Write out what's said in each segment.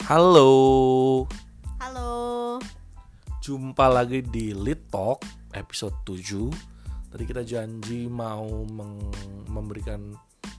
Halo, Halo. jumpa lagi di Lit Talk episode 7. Tadi kita janji mau memberikan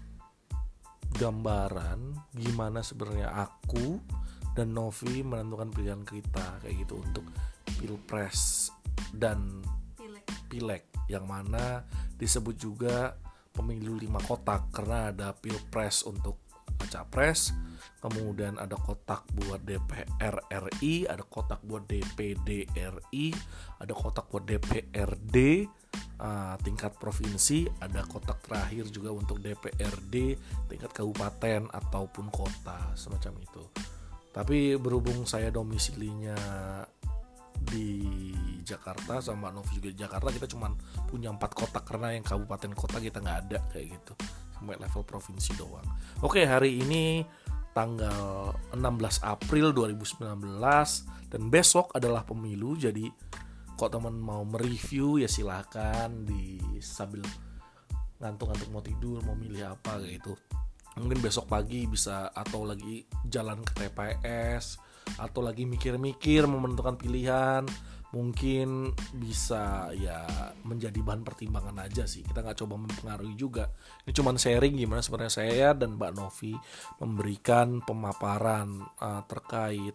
gambaran gimana sebenarnya aku dan Novi menentukan pilihan kita kayak gitu untuk Pilpres dan Pileg, yang mana disebut juga pemilu 5 kotak karena ada Pilpres untuk Capres, kemudian ada kotak buat DPR RI, ada kotak buat DPD RI, ada kotak buat DPRD tingkat provinsi, ada kotak terakhir juga untuk DPRD tingkat kabupaten ataupun kota, semacam itu. Tapi berhubung saya domisilinya di Jakarta sama Novi juga di Jakarta, kita cuma punya 4 kotak karena yang kabupaten kota kita nggak ada kayak gitu, sampai level provinsi doang. Oke, hari ini tanggal 16 April 2019 dan besok adalah pemilu. Jadi kalau teman mau mereview ya silahkan sambil ngantuk-ngantuk mau tidur mau milih apa kayak gitu. Mungkin besok pagi bisa, atau lagi jalan ke TPS, atau lagi mikir-mikir mau menentukan pilihan, mungkin bisa ya menjadi bahan pertimbangan aja sih. Kita nggak coba mempengaruhi juga. Ini cuma sharing gimana sebenarnya saya dan Mbak Novi memberikan pemaparan terkait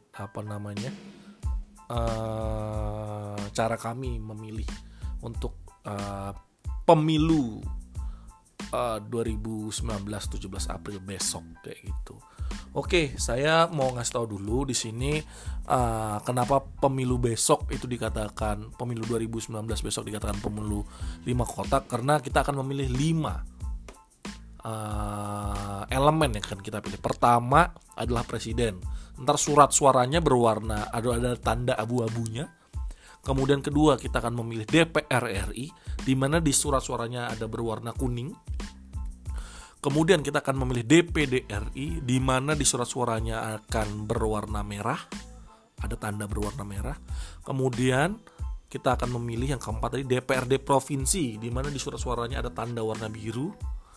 cara kami memilih untuk pemilu 2019 17 April besok kayak gitu. Oke, saya mau ngasih tahu dulu di sini kenapa pemilu besok itu dikatakan pemilu 2019 besok dikatakan pemilu 5 kotak, karena kita akan memilih 5 elemen yang akan kita pilih. Pertama adalah presiden. Ntar surat suaranya berwarna ada tanda abu-abunya. Kemudian kedua kita akan memilih DPR RI, di mana di surat suaranya ada berwarna kuning. Kemudian kita akan memilih DPD RI, di mana di surat suaranya akan berwarna merah, ada tanda berwarna merah. Kemudian kita akan memilih yang keempat tadi DPRD provinsi, di mana di surat suaranya ada tanda warna biru.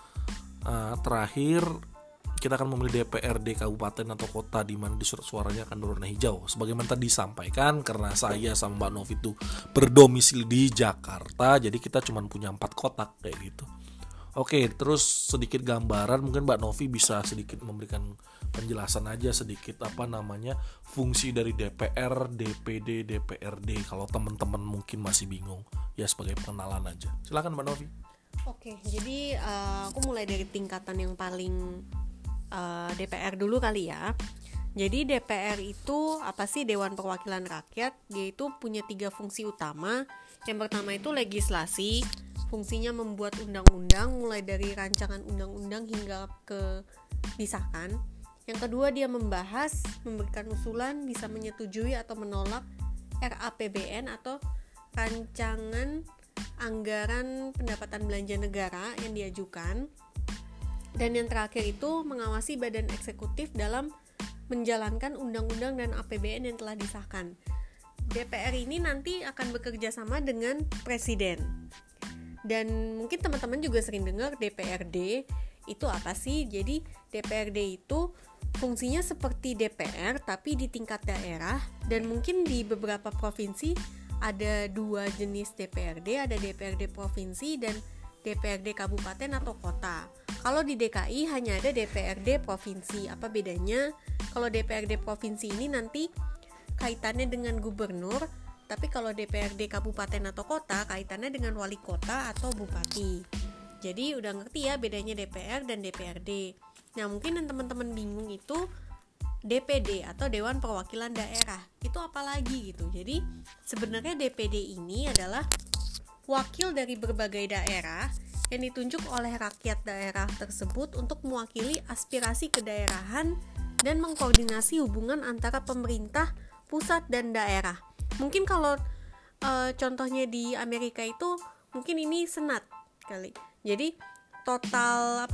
Terakhir kita akan memilih DPRD kabupaten atau kota, di mana di surat suaranya akan berwarna hijau. Sebagaimana tadi disampaikan, karena saya sama Mbak Novi itu berdomisili di Jakarta, jadi kita cuma punya 4 kotak kayak gitu. Oke, terus sedikit gambaran, mungkin Mbak Novi bisa sedikit memberikan penjelasan aja sedikit fungsi dari DPR, DPD, DPRD kalau teman-teman mungkin masih bingung ya, sebagai pengenalan aja. Silakan Mbak Novi. Oke, jadi aku mulai dari tingkatan yang paling DPR dulu kali ya. Jadi DPR itu apa sih? Dewan Perwakilan Rakyat. Dia itu punya 3 fungsi utama. Yang pertama itu legislasi. Fungsinya membuat undang-undang, mulai dari rancangan undang-undang hingga ke disahkan. Yang kedua dia membahas, memberikan usulan, bisa menyetujui atau menolak RAPBN atau rancangan anggaran pendapatan belanja negara yang diajukan. Dan yang terakhir itu mengawasi badan eksekutif dalam menjalankan undang-undang dan APBN yang telah disahkan. DPR ini nanti akan bekerja sama dengan presiden. Dan mungkin teman-teman juga sering dengar DPRD itu apa sih? Jadi DPRD itu fungsinya seperti DPR tapi di tingkat daerah, dan mungkin di beberapa provinsi ada 2 jenis DPRD, ada DPRD provinsi dan DPRD kabupaten atau kota. Kalau di DKI hanya ada DPRD provinsi. Apa bedanya? Kalau DPRD provinsi ini nanti kaitannya dengan gubernur, tapi kalau DPRD kabupaten atau kota kaitannya dengan wali kota atau bupati. Jadi udah ngerti ya bedanya DPR dan DPRD. Nah, mungkin yang teman-teman bingung itu DPD atau Dewan Perwakilan Daerah. Itu apa lagi gitu. Jadi sebenarnya DPD ini adalah wakil dari berbagai daerah yang ditunjuk oleh rakyat daerah tersebut untuk mewakili aspirasi kedaerahan dan mengkoordinasi hubungan antara pemerintah pusat dan daerah. Mungkin kalau contohnya di Amerika itu mungkin ini senat kali. Jadi total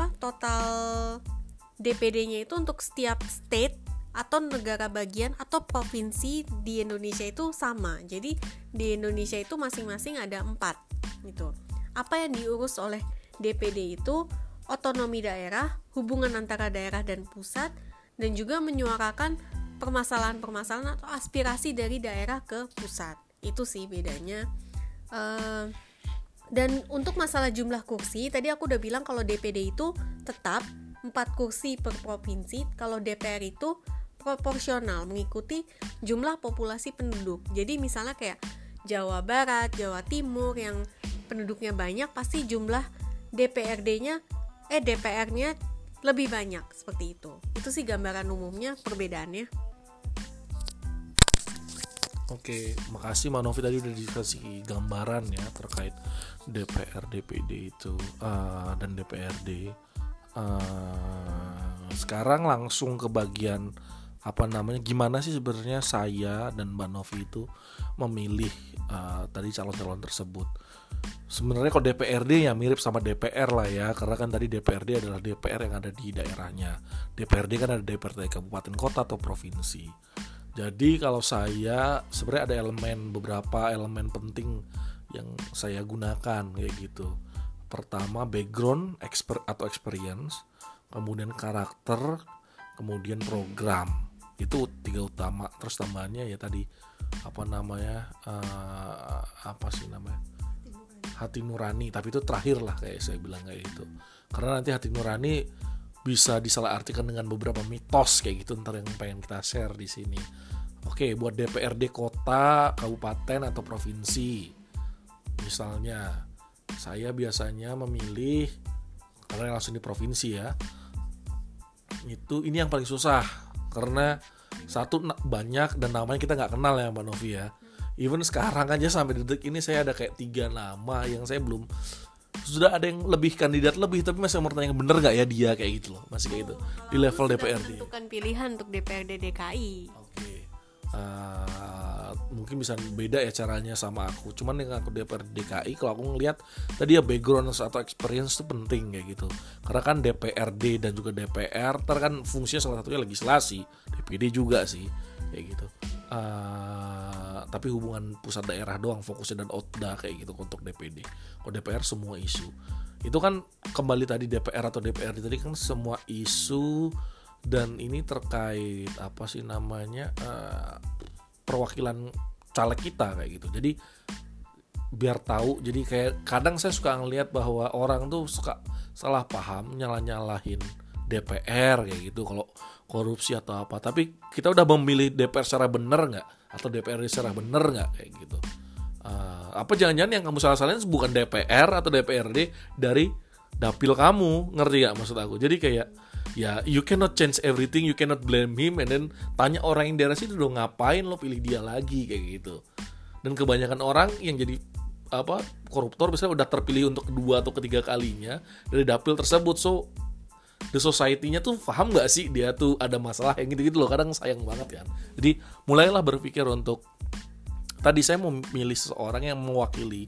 DPD-nya itu untuk setiap state atau negara bagian atau provinsi di Indonesia itu sama. Jadi di Indonesia itu masing-masing ada 4 gitu. Apa yang diurus oleh DPD itu otonomi daerah, hubungan antara daerah dan pusat, dan juga menyuarakan permasalahan-permasalahan atau aspirasi dari daerah ke pusat. Itu sih bedanya. Dan untuk masalah jumlah kursi, tadi aku udah bilang kalau DPD itu tetap 4 kursi per provinsi, kalau DPR itu proporsional mengikuti jumlah populasi penduduk. Jadi misalnya kayak Jawa Barat, Jawa Timur yang penduduknya banyak, pasti jumlah DPR-nya lebih banyak, seperti itu. Itu sih gambaran umumnya perbedaannya. Oke, makasih Mbak Novi tadi udah dikasih gambaran ya terkait DPR, DPD itu dan DPRD. Sekarang langsung ke bagian gimana sih sebenarnya saya dan Mbak Novi itu memilih tadi calon-calon tersebut. Sebenarnya kalau DPRD ya mirip sama DPR lah ya, karena kan tadi DPRD adalah DPR yang ada di daerahnya. DPRD kan ada DPRD kabupaten, kota atau provinsi. Jadi kalau saya sebenarnya ada beberapa elemen penting yang saya gunakan kayak gitu. Pertama background atau experience, kemudian karakter, kemudian program. Itu 3 utama. Terus tambahannya ya tadi hati nurani, tapi itu terakhir lah kayak saya bilang kayak gitu. Karena nanti hati nurani bisa disalahartikan dengan beberapa mitos kayak gitu, ntar yang pengen kita share di sini. Oke, buat DPRD kota, kabupaten atau provinsi. Misalnya, saya biasanya memilih karena langsung di provinsi ya. Ini yang paling susah karena satu banyak dan namanya kita nggak kenal ya Mbak Novi ya. Even sekarang aja sampai detik ini saya ada kayak 3 nama yang saya belum, sudah ada yang lebih kandidat lebih, tapi masih mau tanya bener nggak ya dia kayak gitu loh, masih kayak gitu di level DPRD. Menentukan pilihan untuk DPRD DKI. Oke. Mungkin bisa beda ya caranya sama aku. Cuman dengan aku DPRD DKI, kalau aku ngelihat tadi ya background atau experience itu penting kayak gitu. Karena kan DPRD dan juga DPR kan fungsinya salah satunya legislasi, DPD juga sih kayak gitu. Tapi hubungan pusat daerah doang fokusnya dan OTDA kayak gitu untuk DPD. Kalau DPR semua isu. Itu kan kembali tadi DPR atau DPRD tadi kan semua isu, dan ini terkait perwakilan caleg kita kayak gitu. Jadi biar tahu, jadi kayak kadang saya suka ngelihat bahwa orang tuh suka salah paham, nyalahin DPR kayak gitu kalau korupsi atau apa. Tapi kita udah memilih DPR secara benar nggak, atau DPRD secara benar nggak kayak gitu. Apa jangan-jangan yang kamu salah-salahin bukan DPR atau DPRD dari dapil kamu, ngerti gak maksud aku? Jadi kayak ya you cannot change everything, you cannot blame him, and then tanya orang yang daerah situ dong, ngapain lo pilih dia lagi kayak gitu. Dan kebanyakan orang yang jadi koruptor biasanya udah terpilih untuk kedua atau ketiga kalinya dari dapil tersebut. So the society-nya tuh paham gak sih dia tuh ada masalah yang gitu-gitu loh. Kadang sayang banget kan. Jadi mulailah berpikir untuk tadi saya mau memilih seseorang yang mewakili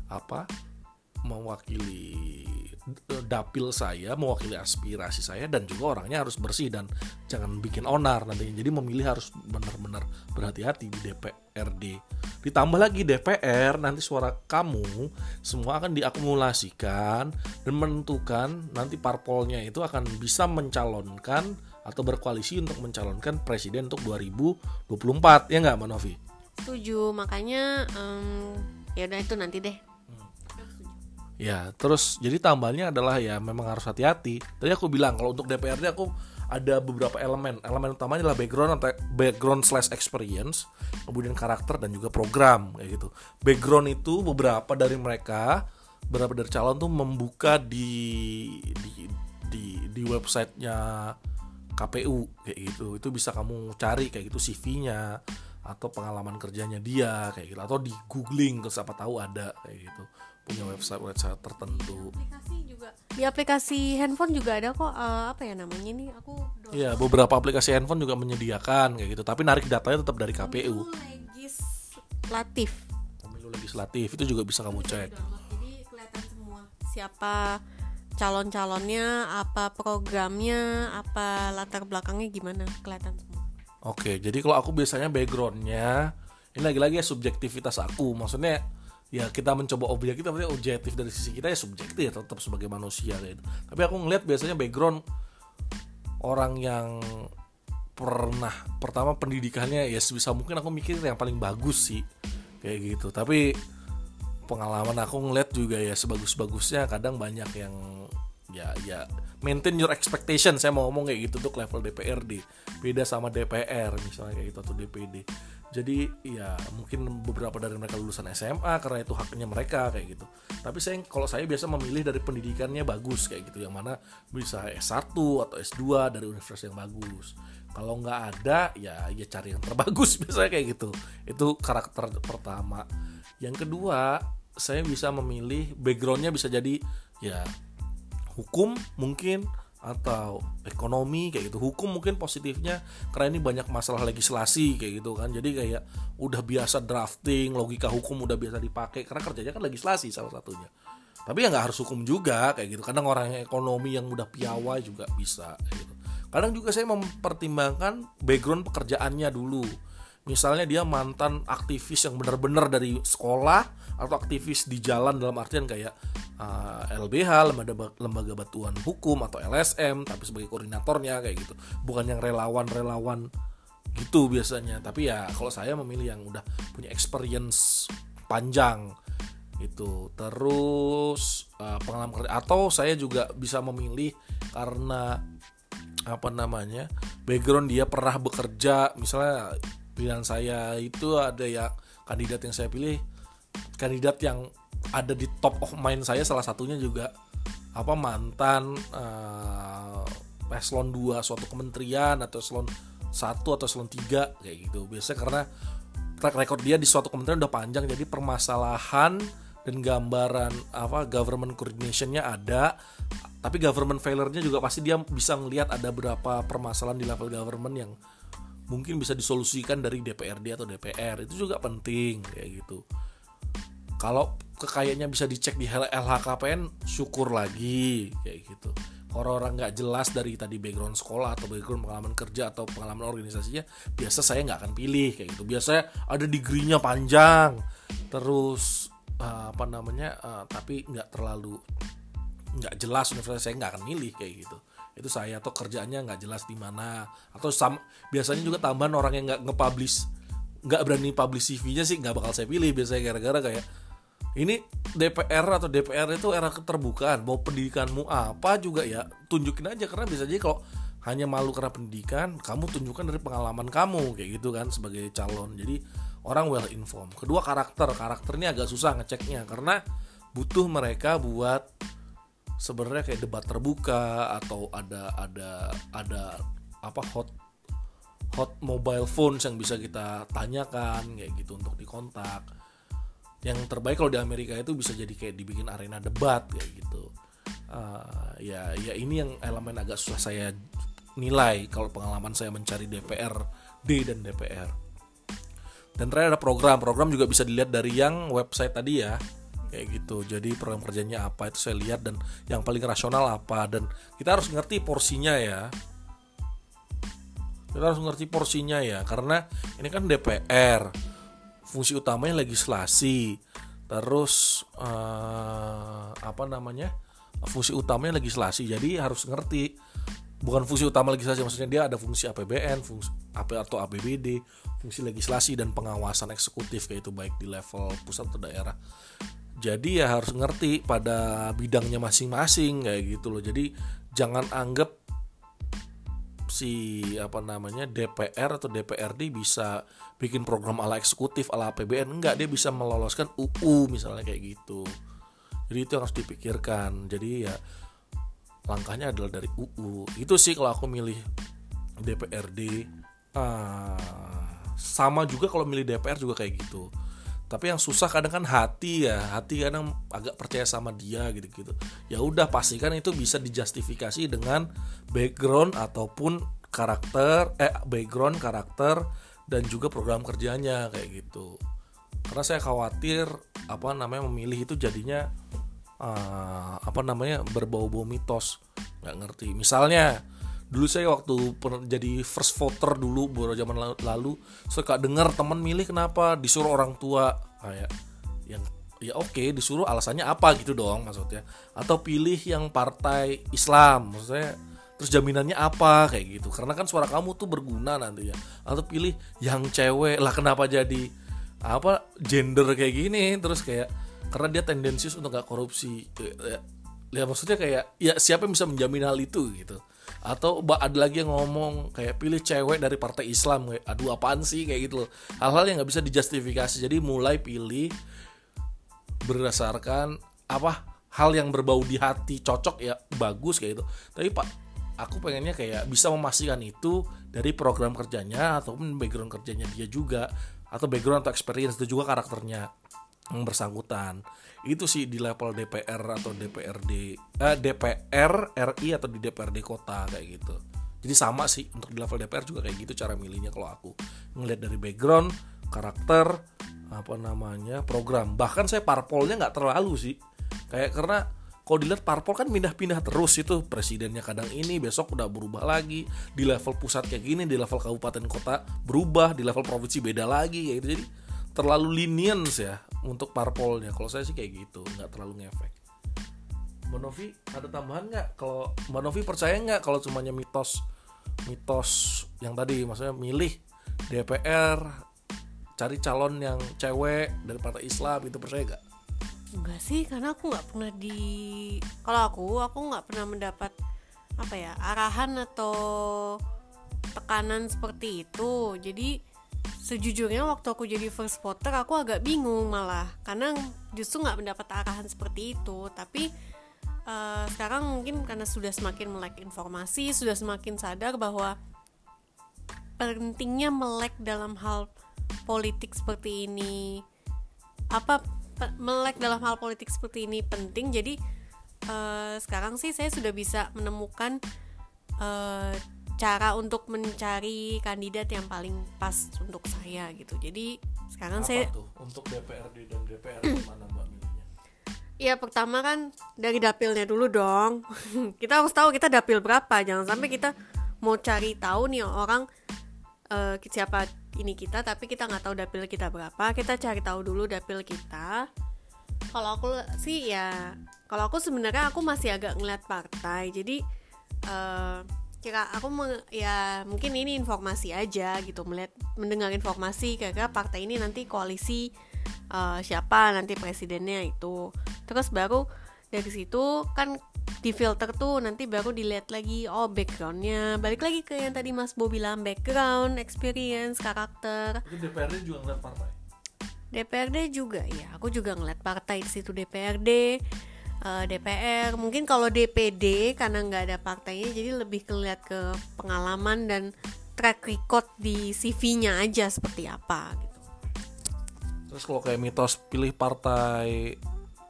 dapil saya, mewakili aspirasi saya, dan juga orangnya harus bersih dan jangan bikin onar nantinya. Jadi memilih harus benar-benar berhati-hati di DPRD. Ditambah lagi DPR, nanti suara kamu semua akan diakumulasikan dan menentukan nanti parpolnya itu akan bisa mencalonkan atau berkoalisi untuk mencalonkan presiden untuk 2024, ya nggak Mbak Novi? Setuju, makanya ya udah itu nanti deh. Ya, terus jadi tambahnya adalah ya memang harus hati-hati. Tadi aku bilang kalau untuk DPRD aku ada beberapa elemen. Elemen utamanya adalah background/experience, kemudian karakter dan juga program kayak gitu. Background itu beberapa dari calon tuh membuka di websitenya KPU kayak gitu. Itu bisa kamu cari kayak gitu CV-nya atau pengalaman kerjanya dia kayak gitu, atau di googling terus siapa tahu ada kayak gitu, punya website tertentu. Di aplikasi handphone juga ada kok, apa ya namanya nih, aku Iya, beberapa aplikasi handphone juga menyediakan kayak gitu, tapi narik datanya tetap dari KPU. Pemilu legislatif itu juga bisa kamu cek. Jadi kelihatan semua siapa calon-calonnya, apa programnya, apa latar belakangnya gimana, kelihatan semua. Oke, jadi kalau aku biasanya backgroundnya, ini lagi-lagi ya subjektivitas aku, maksudnya ya kita mencoba objektif dari sisi kita ya subjektif ya tetap sebagai manusia gitu. Tapi aku ngelihat biasanya background orang yang pertama pendidikannya ya sebisa mungkin aku mikir yang paling bagus sih kayak gitu. Tapi pengalaman aku ngeliat juga ya sebagus-bagusnya kadang banyak yang ya maintain your expectation, saya mau ngomong kayak gitu untuk level DPRD, beda sama DPR misalnya kayak gitu atau DPD. Jadi ya mungkin beberapa dari mereka lulusan SMA karena itu haknya mereka kayak gitu. Tapi kalau saya biasa memilih dari pendidikannya bagus kayak gitu, yang mana bisa S1 atau S2 dari universitas yang bagus. Kalau nggak ada ya cari yang terbagus biasanya kayak gitu. Itu karakter pertama. Yang kedua, saya bisa memilih backgroundnya bisa jadi ya hukum mungkin atau ekonomi kayak gitu. Hukum mungkin positifnya karena ini banyak masalah legislasi kayak gitu kan. Jadi kayak udah biasa drafting, logika hukum udah biasa dipakai karena kerjanya kan legislasi salah satunya. Tapi ya nggak harus hukum juga kayak gitu. Kadang orang yang ekonomi yang udah piawai juga bisa kayak gitu. Kadang juga saya mempertimbangkan background pekerjaannya dulu. Misalnya dia mantan aktivis yang benar-benar dari sekolah atau aktivis di jalan dalam artian kayak LBH, lembaga bantuan hukum atau LSM, tapi sebagai koordinatornya kayak gitu. Bukan yang relawan-relawan gitu biasanya. Tapi ya kalau saya memilih yang udah punya experience panjang itu. Terus pengalaman kerja, atau saya juga bisa memilih karena background dia pernah bekerja. Misalnya pilihan saya itu ada ya kandidat yang saya pilih, kandidat yang ada di top of mind saya salah satunya juga mantan eselon 2 suatu kementerian atau eselon 1 atau eselon 3 kayak gitu. Biasanya karena track record dia di suatu kementerian udah panjang, jadi permasalahan dan gambaran government coordination-nya ada, tapi government failure-nya juga pasti dia bisa ngelihat ada berapa permasalahan di level government yang mungkin bisa disolusikan dari DPRD atau DPR. Itu juga penting kayak gitu. Kalau kekayaannya bisa dicek di LHKPN, syukur lagi kayak gitu. Kalau orang nggak jelas dari tadi background sekolah atau background pengalaman kerja atau pengalaman organisasinya, biasa saya nggak akan pilih kayak gitu. Biasanya ada degree-nya panjang, terus tapi nggak jelas universitas, saya nggak akan milih kayak gitu. Itu saya, atau kerjaannya nggak jelas di mana, atau biasanya juga tambahan orang yang nggak berani publish CV-nya sih nggak bakal saya pilih biasanya, gara-gara kayak ini DPR atau DPR itu era keterbukaan, mau pendidikanmu apa juga ya tunjukin aja, karena bisa jadi kalau hanya malu karena pendidikan, kamu tunjukkan dari pengalaman kamu kayak gitu kan sebagai calon. Jadi orang well informed. Kedua, karakter ini agak susah ngeceknya karena butuh mereka buat sebenarnya kayak debat terbuka atau ada hot mobile phones yang bisa kita tanyakan kayak gitu untuk dikontak. Yang terbaik kalau di Amerika itu bisa jadi kayak dibikin arena debat kayak gitu. Ya ini yang elemen agak susah saya nilai kalau pengalaman saya mencari DPRD dan DPR. Dan terakhir ada program juga bisa dilihat dari yang website tadi ya kayak gitu. Jadi program kerjanya apa itu saya lihat, dan yang paling rasional apa, dan kita harus ngerti porsinya ya. Karena ini kan DPR, fungsi utamanya legislasi. Terus fungsi utamanya legislasi. Jadi harus ngerti, bukan fungsi utama legislasi, maksudnya dia ada fungsi APBN, fungsi atau APBD, fungsi legislasi dan pengawasan eksekutif kayak itu baik di level pusat atau daerah. Jadi ya harus ngerti pada bidangnya masing-masing kayak gitu loh. Jadi jangan anggap si DPR atau DPRD bisa bikin program ala eksekutif ala APBN. Enggak, dia bisa meloloskan UU misalnya kayak gitu. Jadi itu harus dipikirkan. Jadi ya langkahnya adalah dari UU. Itu sih kalau aku milih DPRD. Sama juga kalau milih DPR juga kayak gitu. Tapi yang susah kadang kan hati kadang agak percaya sama dia gitu. Ya udah, pastikan itu bisa dijustifikasi dengan background ataupun karakter dan juga program kerjanya kayak gitu. Karena saya khawatir memilih itu jadinya berbau-bau mitos, nggak ngerti. Misalnya dulu saya waktu jadi first voter dulu baru zaman lalu suka dengar teman milih kenapa disuruh orang tua kayak yang ya oke, disuruh alasannya apa gitu dong maksudnya, atau pilih yang partai Islam, maksudnya terus jaminannya apa kayak gitu, karena kan suara kamu tuh berguna nantinya. Atau pilih yang cewek lah, kenapa jadi apa gender kayak gini, terus kayak karena dia tendensius untuk gak korupsi ya maksudnya kayak ya siapa yang bisa menjamin hal itu gitu. Atau ada lagi yang ngomong kayak pilih cewek dari partai Islam, kayak aduh apaan sih kayak gitu loh, hal-hal yang nggak bisa dijustifikasi. Jadi mulai pilih berdasarkan apa hal yang berbau di hati, cocok ya bagus kayak gitu. Tapi Pak, aku pengennya kayak bisa memastikan itu dari program kerjanya ataupun background kerjanya dia juga, atau background atau experience itu juga karakternya yang bersangkutan. Itu sih di level DPR atau DPRD DPR RI atau di DPRD kota kayak gitu. Jadi sama sih untuk di level DPR juga kayak gitu cara milihnya kalau aku ngelihat dari background, karakter, apa namanya, program. Bahkan saya parpolnya nggak terlalu sih, kayak karena kalau dilihat parpol kan pindah-pindah terus, itu presidennya kadang ini, besok udah berubah lagi, di level pusat kayak gini, di level kabupaten kota berubah, di level provinsi beda lagi kayak gitu. Jadi terlalu lenient ya untuk parpolnya. Kalau saya sih kayak gitu, nggak terlalu ngefek. Mbak Novi ada tambahan nggak? Kalau Mbak Novi percaya nggak kalau semuanya mitos yang tadi, maksudnya milih DPR cari calon yang cewek dari partai Islam, itu percaya nggak? Enggak sih, karena aku nggak pernah kalau aku nggak pernah mendapat apa ya arahan atau tekanan seperti itu. Jadi sejujurnya waktu aku jadi first voter aku agak bingung malah, karena justru nggak mendapat arahan seperti itu. Tapi sekarang mungkin karena sudah semakin melek informasi, sudah semakin sadar bahwa pentingnya melek dalam hal politik seperti ini. Melek dalam hal politik seperti ini penting. Jadi sekarang sih saya sudah bisa menemukan cara untuk mencari kandidat yang paling pas untuk saya gitu. Jadi sekarang apa saya tuh untuk DPRD dan DPR mana Mbak milihnya? Ya pertama kan dari dapilnya dulu dong. Kita harus tahu kita dapil berapa. Jangan sampai kita mau cari tahu nih orang siapa ini kita, tapi kita nggak tahu dapil kita berapa. Kita cari tahu dulu dapil kita. Kalau aku sih ya, kalau aku sebenarnya aku masih agak ngeliat partai. Jadi kira aku ya mungkin ini informasi aja gitu, mendengar informasi kira-kira partai ini nanti koalisi siapa nanti presidennya itu. Terus baru dari situ kan difilter tuh, nanti baru dilihat lagi backgroundnya, balik lagi ke yang tadi Mas Bo bilang, background, experience, karakter. Itu DPRD juga ngeliat partai? DPRD juga ya, aku juga ngeliat partai di situ. DPRD, DPR, mungkin kalau DPD karena nggak ada partainya jadi lebih ngeliat ke pengalaman dan track record di CV-nya aja seperti apa gitu. Terus kalau kayak mitos pilih partai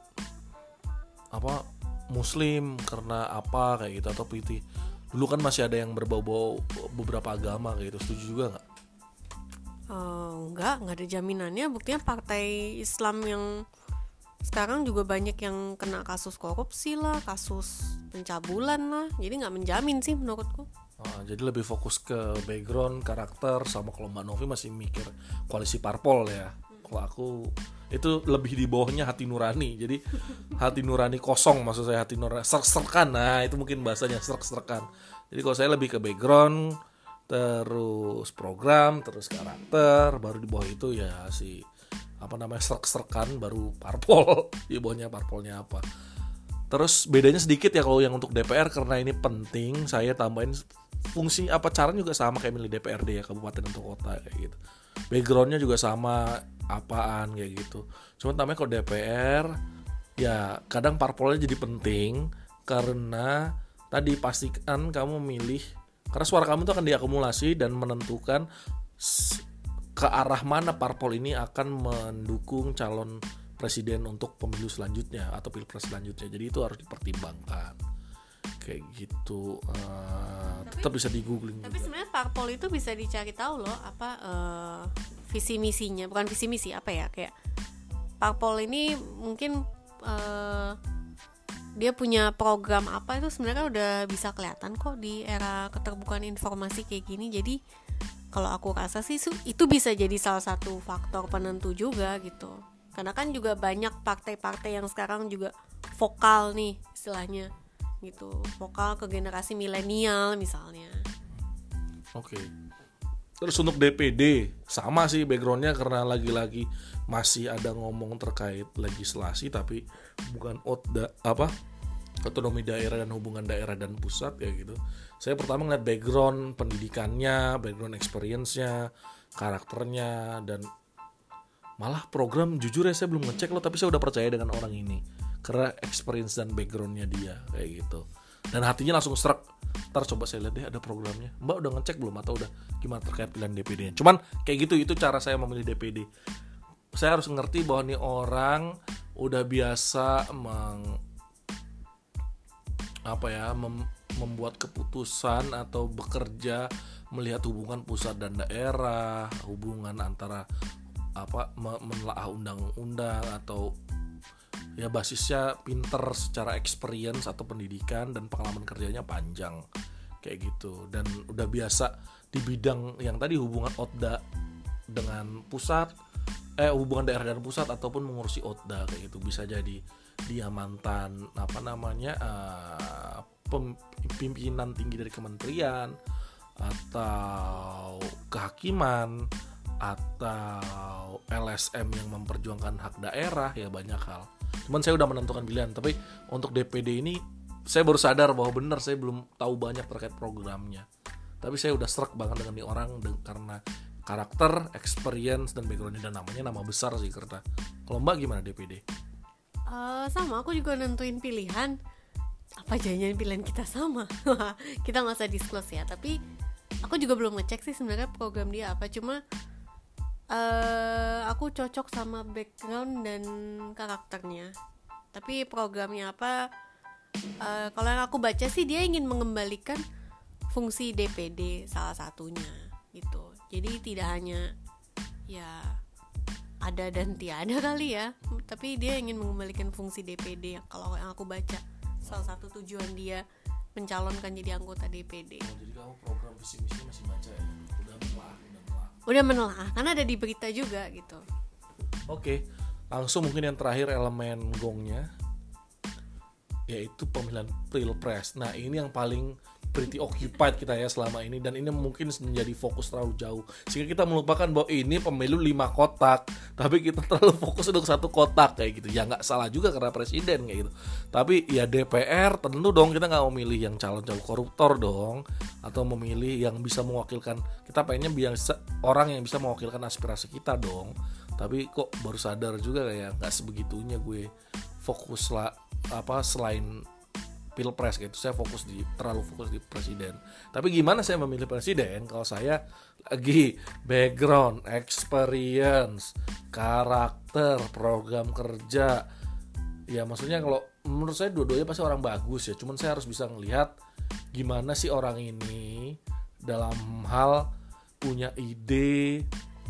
apa Muslim karena apa kayak gitu, atau pilih dulu kan masih ada yang berbau-bau beberapa agama kayak gitu, setuju juga nggak? Nggak ada jaminannya. Buktinya partai Islam yang sekarang juga banyak yang kena kasus korupsi lah, kasus pencabulan lah, jadi nggak menjamin sih menurutku. Jadi lebih fokus ke background, karakter, sama kalau Mbak Novi masih mikir koalisi parpol ya. Kalau aku itu lebih di bawahnya hati nurani. Jadi hati nurani kosong, maksud saya hati nurani serk-serkan. Nah itu mungkin bahasanya serk-serkan. Jadi kalau saya lebih ke background, terus program, terus karakter, baru di bawah itu ya si apa namanya serk-serkan, baru parpol. Di bawahnya parpolnya apa. Terus bedanya sedikit ya kalau yang untuk DPR, karena ini penting saya tambahin fungsi apa caranya juga sama kayak milih DPRD ya, kabupaten atau kota kayak gitu. Backgroundnya juga sama apaan kayak gitu. Cuma namanya kalau DPR ya kadang parpolnya jadi penting karena tadi pastikan kamu milih, karena suara kamu itu akan diakumulasi dan menentukan ke arah mana parpol ini akan mendukung calon presiden untuk pemilu selanjutnya atau pilpres selanjutnya. Jadi itu harus dipertimbangkan kayak gitu. Tetap bisa di googling. Tapi sebenarnya parpol itu bisa dicari tahu loh apa visi misinya, bukan visi misi apa ya, kayak parpol ini mungkin dia punya program apa, itu sebenarnya udah bisa kelihatan kok di era keterbukaan informasi kayak gini. Jadi kalau aku rasa sih itu bisa jadi salah satu faktor penentu juga gitu. Karena kan juga banyak partai-partai yang sekarang juga vokal nih istilahnya, gitu, vokal ke generasi milenial misalnya. Oke. Terus untuk DPD sama sih backgroundnya, karena lagi-lagi masih ada ngomong terkait legislasi tapi bukan otonomi daerah dan hubungan daerah dan pusat kayak gitu. Saya pertama ngeliat background pendidikannya, background experience-nya, karakternya, dan malah program jujur ya saya belum ngecek loh, tapi saya udah percaya dengan orang ini karena experience dan background-nya dia kayak gitu. Dan hatinya langsung serak. Ntar coba saya lihat deh ada programnya. Mbak udah ngecek belum atau udah gimana terkait pilihan DPD-nya? Cuman kayak gitu, itu cara saya memilih DPD. Saya harus ngerti bahwa nih orang udah biasa membuat keputusan atau bekerja melihat hubungan pusat dan daerah, hubungan antara menelaah undang-undang, atau ya basisnya pinter secara experience atau pendidikan, dan pengalaman kerjanya panjang kayak gitu, dan udah biasa di bidang yang tadi hubungan OTDA dengan pusat, hubungan daerah dan pusat, ataupun mengurusi OTDA kayak gitu. Bisa jadi dia mantan pimpinan tinggi dari kementerian atau kehakiman atau LSM yang memperjuangkan hak daerah, ya banyak hal. Cuman saya udah menentukan pilihan. Tapi untuk DPD ini saya baru sadar bahwa benar saya belum tahu banyak terkait programnya. Tapi saya udah serak banget dengan nih orang karena karakter, experience, dan backgroundnya, dan namanya nama besar sih Kerta. Kalau Mbak gimana DPD? Sama, aku juga nentuin pilihan. Apa jangan pilihan kita sama? Kita nggak usah disclose ya. Tapi aku juga belum ngecek sih sebenarnya program dia apa. Cuma aku cocok sama background dan karakternya. Tapi programnya apa? Kalau yang aku baca sih dia ingin mengembalikan fungsi DPD salah satunya gitu. Jadi tidak hanya ya ada dan tiada kali ya, tapi dia ingin mengembalikan fungsi DPD. Kalau yang aku baca, salah satu tujuan dia mencalonkan jadi anggota DPD. Jadi kamu program visi misi masih baca ya? Udah menelaah, karena ada di berita juga gitu. Oke, langsung mungkin yang terakhir elemen gongnya, yaitu pemilihan pilpres. Nah ini yang paling pretty occupied kita ya selama ini, dan ini mungkin menjadi fokus terlalu jauh sehingga kita melupakan bahwa ini pemilu 5 kotak, tapi kita terlalu fokus untuk 1 kotak kayak gitu. Ya nggak salah juga karena presiden kayak gitu, tapi ya DPR tentu dong kita nggak mau milih yang calon-calon koruptor dong, atau memilih yang bisa mewakilkan, kita pengennya orang yang bisa mewakilkan aspirasi kita dong. Tapi kok baru sadar juga kayak nggak sebegitunya gue fokus lah selain pilpres gitu, saya terlalu fokus di presiden. Tapi gimana saya memilih presiden kalau saya lagi background, experience, karakter, program kerja. Ya maksudnya kalau menurut saya dua-duanya pasti orang bagus ya. Cuman saya harus bisa ngelihat gimana sih orang ini dalam hal punya ide,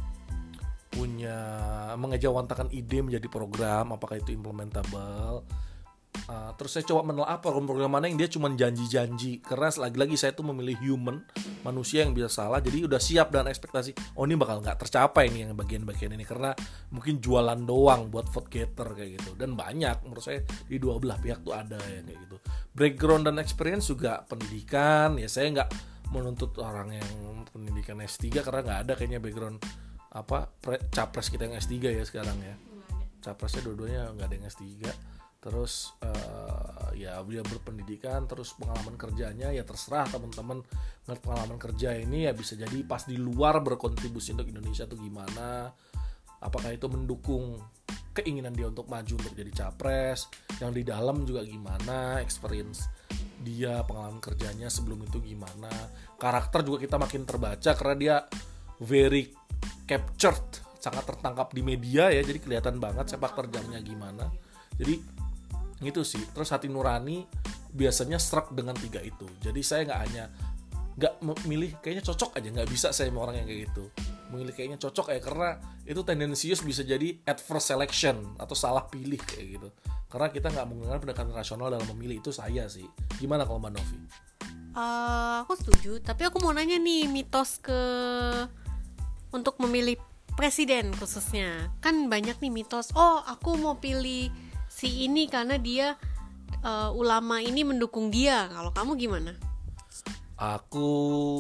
mengejawantakan ide menjadi program, apakah itu implementable. Terus saya coba menelaah program-program mana yang dia cuma janji-janji, karena lagi-lagi saya tuh memilih manusia yang bisa salah, jadi udah siap dengan ekspektasi ini bakal nggak tercapai nih yang bagian-bagian ini, karena mungkin jualan doang buat vote getter kayak gitu. Dan banyak menurut saya di dua belah pihak tuh ada yang kayak gitu. Background dan experience juga pendidikan, ya saya nggak menuntut orang yang pendidikan S3 karena nggak ada kayaknya background capres kita yang S3 ya sekarang ya. Capresnya dua-duanya nggak ada yang S3. Terus ya dia berpendidikan, terus pengalaman kerjanya ya terserah teman-teman ngeliat pengalaman kerja ini ya bisa jadi pas di luar berkontribusi untuk Indonesia tuh gimana, apakah itu mendukung keinginan dia untuk maju untuk jadi capres, yang di dalam juga gimana experience dia, pengalaman kerjanya sebelum itu gimana, karakter juga kita makin terbaca karena dia very captured, sangat tertangkap di media ya, jadi kelihatan banget sepak terjangnya gimana. Jadi gitu sih. Terus hati nurani biasanya struck dengan 3 itu. Jadi saya nggak memilih kayaknya cocok aja, nggak bisa saya sama orang yang kayak gitu. Memilih kayaknya cocok ya karena itu tendensius bisa jadi adverse selection atau salah pilih kayak gitu. Karena kita nggak menggunakan pendekatan rasional dalam memilih, itu saya sih. Gimana kalau Mbak Novi? Aku setuju, tapi aku mau nanya nih mitos untuk memilih presiden khususnya. Kan banyak nih mitos, aku mau pilih si ini karena dia ulama ini mendukung dia. Kalau kamu gimana? Aku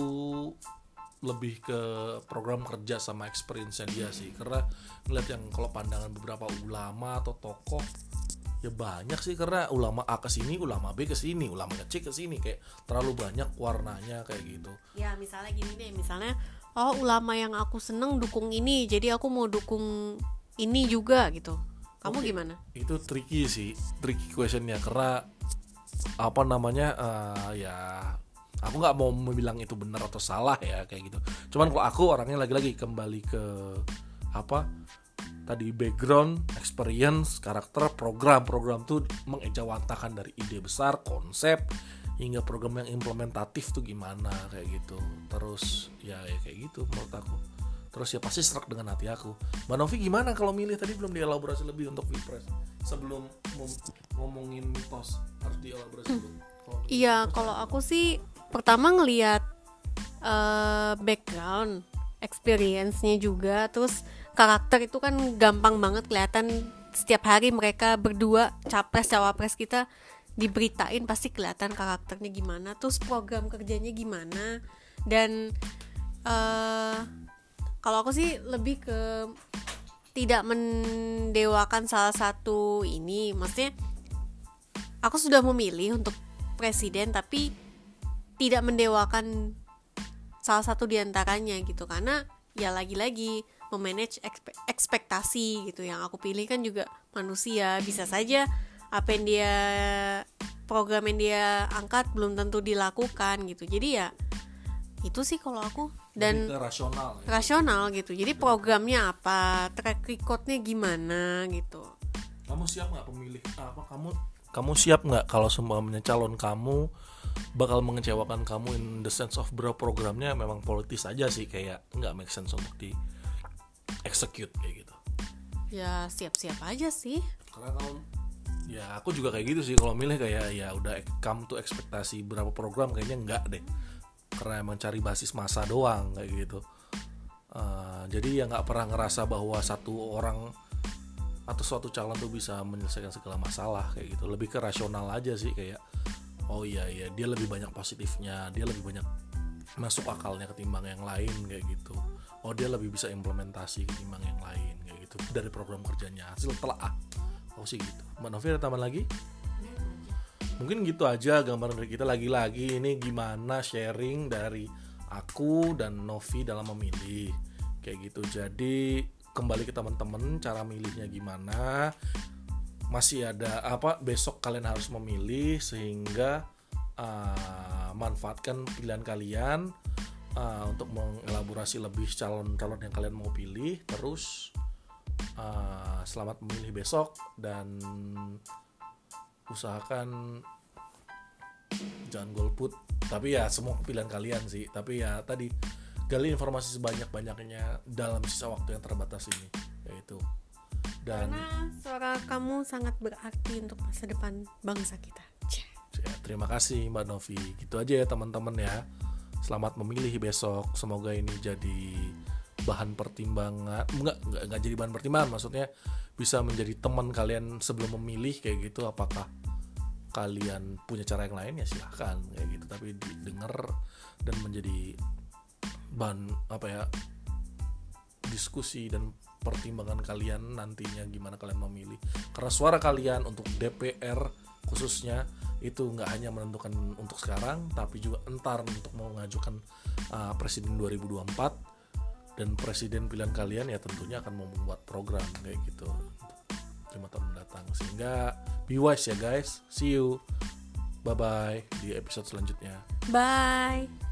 lebih ke program kerja sama experience-nya dia sih, karena ngeliat yang kalau pandangan beberapa ulama atau tokoh ya banyak sih, karena ulama A ke sini, ulama B ke sini, ulama C ke sini, kayak terlalu banyak warnanya kayak gitu. Ya misalnya gini deh, misalnya ulama yang aku seneng dukung ini, jadi aku mau dukung ini juga gitu. Kamu gimana? Itu tricky sih, tricky questionnya, karena apa namanya ya aku nggak mau bilang itu benar atau salah ya kayak gitu. Cuman kalau aku orangnya lagi-lagi kembali ke apa tadi, background, experience, karakter, program tuh mengejawantakan dari ide besar, konsep hingga program yang implementatif tuh gimana kayak gitu. Terus ya kayak gitu menurut aku. Terus ya pasti serak dengan hati aku. Mbak Novi gimana kalau milih? Tadi belum dielaborasi lebih untuk Pilpres. Sebelum ngomongin mitos harus dielaborasi dulu. Iya, kalau aku sih pertama ngelihat background, experience-nya juga, terus karakter itu kan gampang banget kelihatan. Setiap hari mereka berdua capres cawapres kita diberitain pasti kelihatan karakternya gimana, terus program kerjanya gimana. Dan kalau aku sih lebih ke tidak mendewakan salah satu ini. Maksudnya aku sudah memilih untuk presiden tapi tidak mendewakan salah satu diantaranya gitu, karena ya lagi-lagi memanage ekspektasi gitu. Yang aku pilih kan juga manusia, bisa saja apa yang dia, program yang dia angkat belum tentu dilakukan gitu. Jadi ya itu sih kalau aku. Dan rasional gitu. Jadi programnya apa, track recordnya gimana gitu. Kamu siap nggak pemilih kamu siap nggak kalau semuanya calon kamu bakal mengecewakan kamu in the sense of programnya memang politis aja sih, kayak nggak make sense untuk di execute kayak gitu? Ya siap-siap aja sih. Karena ya aku juga kayak gitu sih kalau milih, kayak ya udah come to ekspektasi berapa program kayaknya enggak deh, karena emang cari basis massa doang kayak gitu. Jadi ya nggak pernah ngerasa bahwa satu orang atau suatu calon tuh bisa menyelesaikan segala masalah kayak gitu. Lebih ke rasional aja sih, kayak oh iya dia lebih banyak positifnya, dia lebih banyak masuk akalnya ketimbang yang lain kayak gitu. Oh dia lebih bisa implementasi ketimbang yang lain kayak gitu dari program kerjanya, hasil telaah. Oh sih gitu. Mbak Novi ada tambahan lagi? Mungkin gitu aja gambaran dari kita. Lagi-lagi ini gimana sharing dari aku dan Novi dalam memilih kayak gitu. Jadi kembali ke teman-teman, cara milihnya gimana, masih ada besok kalian harus memilih, sehingga manfaatkan pilihan kalian untuk mengelaborasi lebih calon-calon yang kalian mau pilih. Terus selamat memilih besok, dan usahakan jangan golput, tapi ya semua pilihan kalian sih. Tapi ya tadi gali informasi sebanyak-banyaknya dalam sisa waktu yang terbatas ini, yaitu. Dan karena suara kamu sangat berarti untuk masa depan bangsa kita. Ya, terima kasih Mbak Novi. Gitu aja ya teman-teman ya. Selamat memilih besok. Semoga ini jadi bahan pertimbangan. Enggak jadi bahan pertimbangan, maksudnya bisa menjadi teman kalian sebelum memilih kayak gitu. Apakah kalian punya cara yang lain, ya silahkan kayak gitu. Tapi didengar dan menjadi bahan diskusi dan pertimbangan kalian nantinya gimana kalian memilih. Karena suara kalian untuk DPR khususnya itu nggak hanya menentukan untuk sekarang, tapi juga entar untuk mau mengajukan presiden 2024, dan presiden pilihan kalian ya tentunya akan mau membuat program kayak gitu 5 tahun mendatang. Sehingga be wise ya guys. See you, bye bye di episode selanjutnya. Bye.